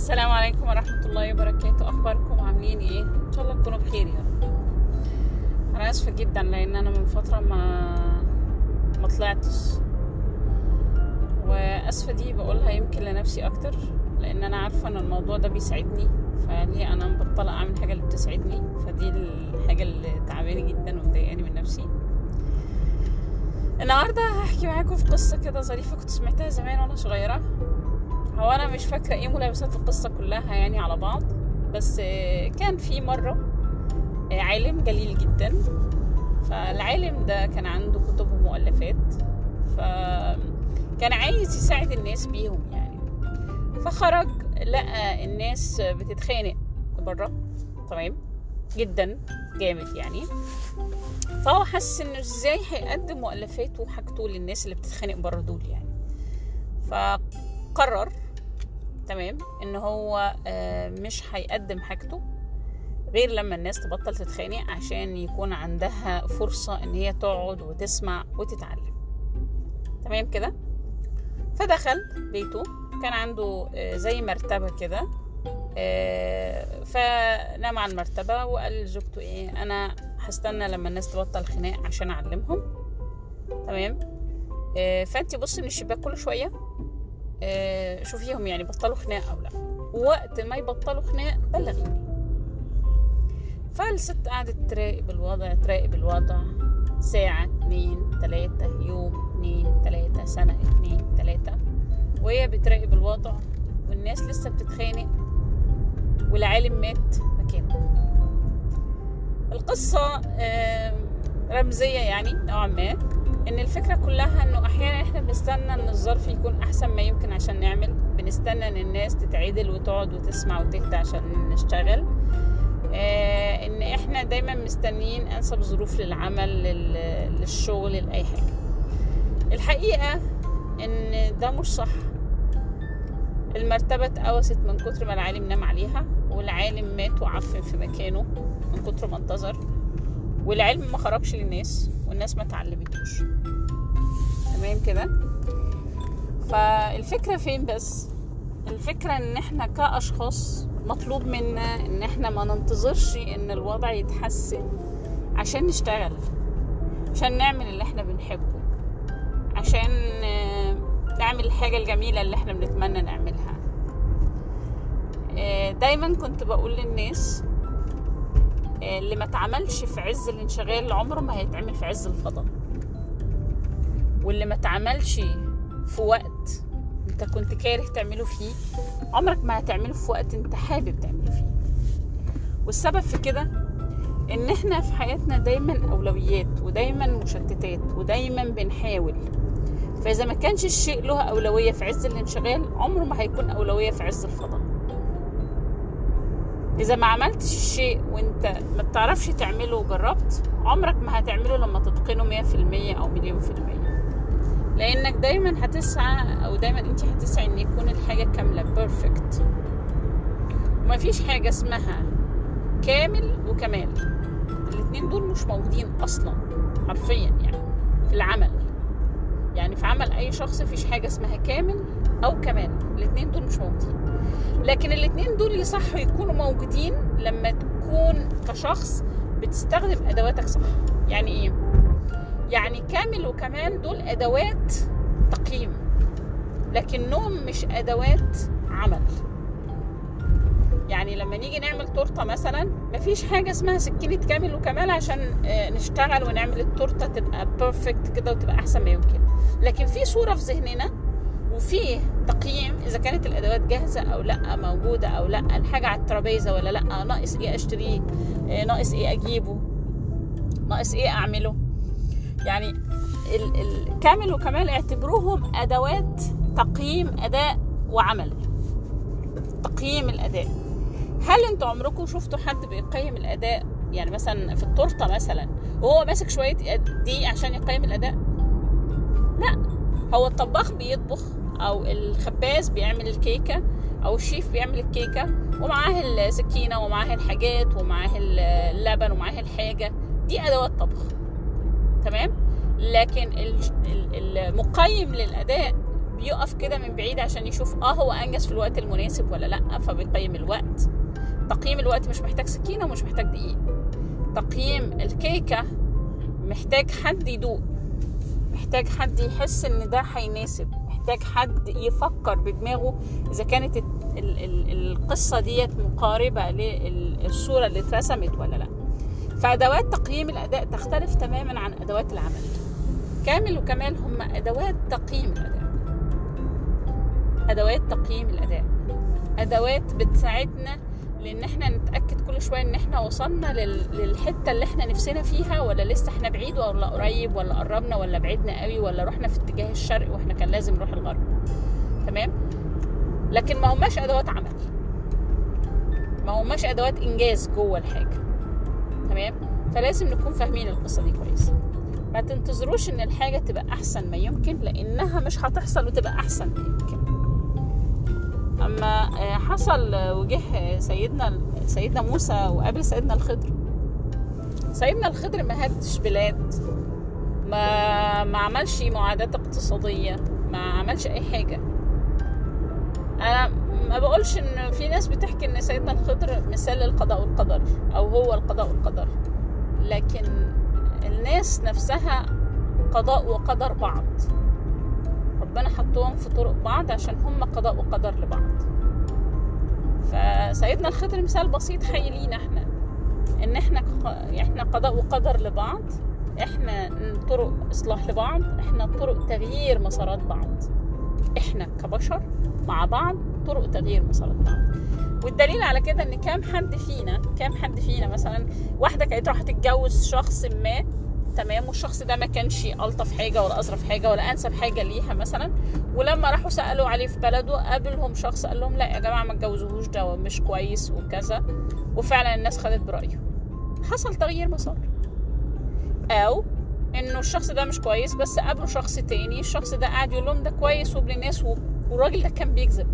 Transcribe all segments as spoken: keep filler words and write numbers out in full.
السلام عليكم ورحمة الله وبركاته. أخباركم عاملين إيه؟ إن شاء الله تكونوا بخير يا رب. أنا آسفة جدا لأن أنا من فترة ما ما طلعتش، وآسفة دي بقولها يمكن لنفسي أكتر، لأن أنا عارفة إن الموضوع ده بيساعدني، فليه أنا مبطلة أعمل حاجة اللي بتسعدني، فدي الحاجة اللي تعباني جدا ومضايقاني من نفسي. النهاردة هحكي معاكم في قصة كده ظريفة كنت سمعتها زمان وأنا صغيرة. هو أنا مش فاكرة إيه ملابسات القصة كلها يعني على بعض، بس كان في مرة عالم جليل جدا، فالعالم ده كان عنده كتب ومؤلفات، فكان عايز يساعد الناس بيهم يعني. فخرج لقى الناس بتتخانق بره، تمام جدا جامد يعني، فهو حس انه ازاي هيقدم مؤلفاته وحاجته للناس اللي بتتخانق بره دول يعني. فقرر تمام ان هو مش هيقدم حاجته غير لما الناس تبطل تتخانق، عشان يكون عندها فرصة ان هي تقعد وتسمع وتتعلم. تمام كده. فدخل بيته، كان عنده زي مرتبة كده، فنام على المرتبة وقال لزوجته ايه، انا هستنى لما الناس تبطل خناق عشان اعلمهم. تمام. فانتي بصي من الشباك كل شوية شوفيهم يعني بطلوا خناق او لا، ووقت ما يبطلوا خناق بلغيني. فالست قعدت تراقب الوضع تراقب الوضع ساعة اتنين تلاتة، يوم اتنين تلاتة، سنة اتنين تلاتة، وهي بتراقب الوضع والناس لسه بتتخانق والعالم مات مكانه. القصة رمزية يعني نوعا ما، ان الفكرة كلها انه احيانا احنا بنستنى ان الظرف يكون احسن ما يمكن عشان نعمل، بنستنى ان الناس تتعدل وتقعد وتسمع وتهدى عشان نشتغل. اه ان احنا دايما مستنيين انسب ظروف للعمل للشغل لأي حاجة. الحقيقة ان ده مش صح. المرتبة اتقوست من كتر ما العالم نام عليها، والعالم مات وعفن في مكانه من كتر ما انتظر، والعلم ما خرجش للناس والناس ما تعلمتوش. تمام كده. فالفكرة فين بس؟ الفكرة ان احنا كأشخاص مطلوب منا ان احنا ما ننتظرش ان الوضع يتحسن عشان نشتغل، عشان نعمل اللي احنا بنحبه، عشان نعمل الحاجة الجميلة اللي احنا بنتمنى نعملها. دايما كنت بقول للناس اللي ما اتعملش في عز الانشغال عمره ما هيتعمل في عز الفضاء، واللي ما اتعملش في وقت انت كنت كاره تعمله فيه عمرك ما هتعمله في وقت انت حابب تعمله فيه. والسبب في كده ان احنا في حياتنا دايما اولويات ودايما مشتتات ودايما بنحاول، فاذا ما كانش الشيء له اولوية في عز الانشغال عمره ما هيكون اولوية في عز الفضاء. إذا ما عملتش الشيء وانت ما بتعرفش تعمله وجربت عمرك ما هتعمله لما تتقنه مية في المية أو مليون في المية، لأنك دايما هتسعى أو دايما انت هتسعى ان يكون الحاجة كاملة بيرفكت. ومفيش حاجة اسمها كامل وكمال، الاتنين دول مش موجودين أصلا حرفيا يعني في العمل. يعني في عمل أي شخص مفيش حاجة اسمها كامل أو كمال، الاتنين دول مش موجودين. لكن الاتنين دول يصحوا يكونوا موجودين لما تكون كشخص بتستخدم أدواتك صح. يعني إيه؟ يعني كامل وكمال دول أدوات تقييم، لكنهم مش أدوات عمل. يعني لما نيجي نعمل تورتة مثلا مفيش حاجة اسمها سكينة كامل وكمال عشان نشتغل ونعمل التورتة تبقى بيرفكت كده وتبقى أحسن ما يمكن، لكن في صورة في ذهننا وفيه تقييم إذا كانت الأدوات جاهزة أو لأ، موجودة أو لأ، الحاجة على الترابيزة ولا لأ، ناقص إيه أشتريه، ناقص إيه أجيبه، ناقص إيه أعمله. يعني الكامل وكمال اعتبروهم أدوات تقييم أداء وعمل. تقييم الأداء، هل أنتوا عمركم شفتوا حد بيقيم الأداء؟ يعني مثلا في التورتة مثلا وهو ماسك شوية دي عشان يقيم الأداء؟ لا، هو الطباخ بيطبخ او الخباز بيعمل الكيكة او الشيف بيعمل الكيكة ومعاه السكينة ومعاه الحاجات ومعاه اللبن ومعاه الحاجة، دي ادوات طبخ. تمام. لكن المقيم للاداء بيقف كده من بعيد عشان يشوف اه هو انجز في الوقت المناسب ولا لا، فبيقيم الوقت. تقييم الوقت مش محتاج سكينة ومش محتاج دقيق. تقييم الكيكة محتاج حد يدوق، محتاج حد يحس ان ده هيناسب، محتاج حد يفكر بدماغه اذا كانت ال ال القصة ديت مقاربة للصورة اللي اترسمت ولا لا. فأدوات تقييم الأداء تختلف تماما عن أدوات العمل. كامل وكمال هم أدوات تقييم الأداء، أدوات تقييم الأداء، أدوات بتساعدنا لأن احنا نتأكد كل شوية ان احنا وصلنا للحتة اللي احنا نفسنا فيها ولا لسه احنا بعيد ولا قريب، ولا قربنا ولا بعيدنا قوي، ولا رحنا في اتجاه الشرق واحنا كان لازم نروح الغرب. تمام؟ لكن ما هماش أدوات عمل، ما هماش أدوات إنجاز جوه الحاجة. تمام؟ فلازم نكون فاهمين القصة دي كويس. ما تنتظروش ان الحاجة تبقى احسن ما يمكن، لانها مش هتحصل وتبقى احسن ما يمكن. اما حصل وجه سيدنا سيدنا موسى وقابل سيدنا الخضر، سيدنا الخضر ما هدش بلاد، ما ما عملش معادات اقتصادية، ما عملش اي حاجة. انا ما بقولش ان في ناس بتحكي ان سيدنا الخضر مثال للقضاء والقدر او هو القضاء والقدر، لكن الناس نفسها قضاء وقدر بعض. ربنا حطوهم في طرق بعض عشان هم قضاء وقدر لبعض. فسيدنا الخضر مثال بسيط حي لينا احنا، ان احنا احنا قضاء وقدر لبعض، احنا طرق اصلاح لبعض، احنا طرق تغيير مسارات بعض، احنا كبشر مع بعض طرق تغيير مسارات بعض. والدليل على كده ان كام حد فينا كام حد فينا مثلا واحده كانت راح تتجوز شخص ما، تمام، والشخص ده ما كانش الطف حاجه ولا اظرف حاجه ولا انسب حاجه ليها مثلا، ولما راحوا سالوا عليه في بلده قابلهم شخص قال لهم لا يا جماعه ما تجوزوهوش، ده مش كويس وكذا، وفعلا الناس خدت برايه. حصل تغيير مسار. او انه الشخص ده مش كويس بس قابلوا شخص تاني، الشخص ده قاعد يقول لهم ده كويس وابن الناس، والراجل ده كان بيكذب،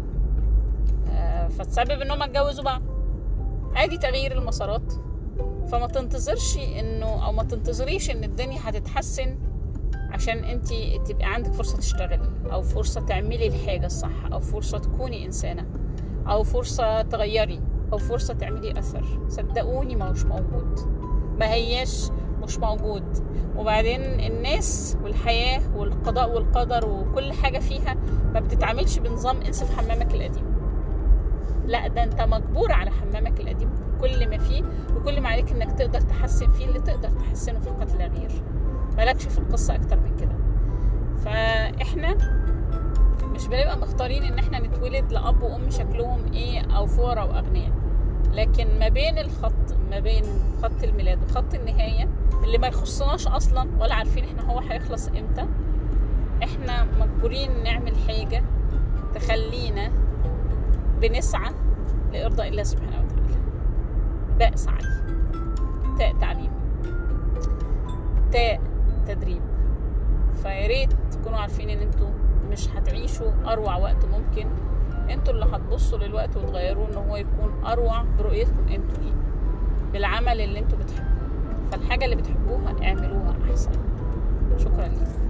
فتسبب انهم اتجوزوا بعض. ادي تغيير المسارات. فما تنتظرش انه او ما تنتظريش ان الدنيا هتتحسن عشان انت تبقى عندك فرصة تشتغلي، او فرصة تعملي الحاجة الصح، او فرصة تكوني انسانة، او فرصة تغيري، او فرصة تعملي اثر. صدقوني ما هوش موجود، ما هياش مش موجود. وبعدين الناس والحياة والقضاء والقدر وكل حاجة فيها ما بتتعاملش بنظام انسف حمامك القديم. لا، ده انت مجبور على حمامك القديم كل ما فيه، وكل ما عليك انك تقدر تحسن فيه اللي تقدر تحسنه في القتل غير، مالكش في القصة اكتر من كده. فاحنا مش بنبقى مختارين ان احنا نتولد لأب وام شكلهم ايه او فقراء واغنياء، لكن ما بين الخط ما بين خط الميلاد وخط النهاية اللي ما يخصناش اصلا ولا عارفين احنا هو هيخلص امتى، احنا مجبورين نعمل حاجة تخلينا بنسعى لإرضاء الله سبحانه وتعالى. باء سعي، تاء تعليم، تاء تدريب. فياريت تكونوا عارفين ان انتوا مش هتعيشوا اروع وقت ممكن، انتوا اللي هتبصوا للوقت وتغيروه ان هو يكون اروع برؤيتكم انتوا ليه، بالعمل اللي انتوا بتحبوه. فالحاجة اللي بتحبوها اعملوها احسن. شكرا لكم.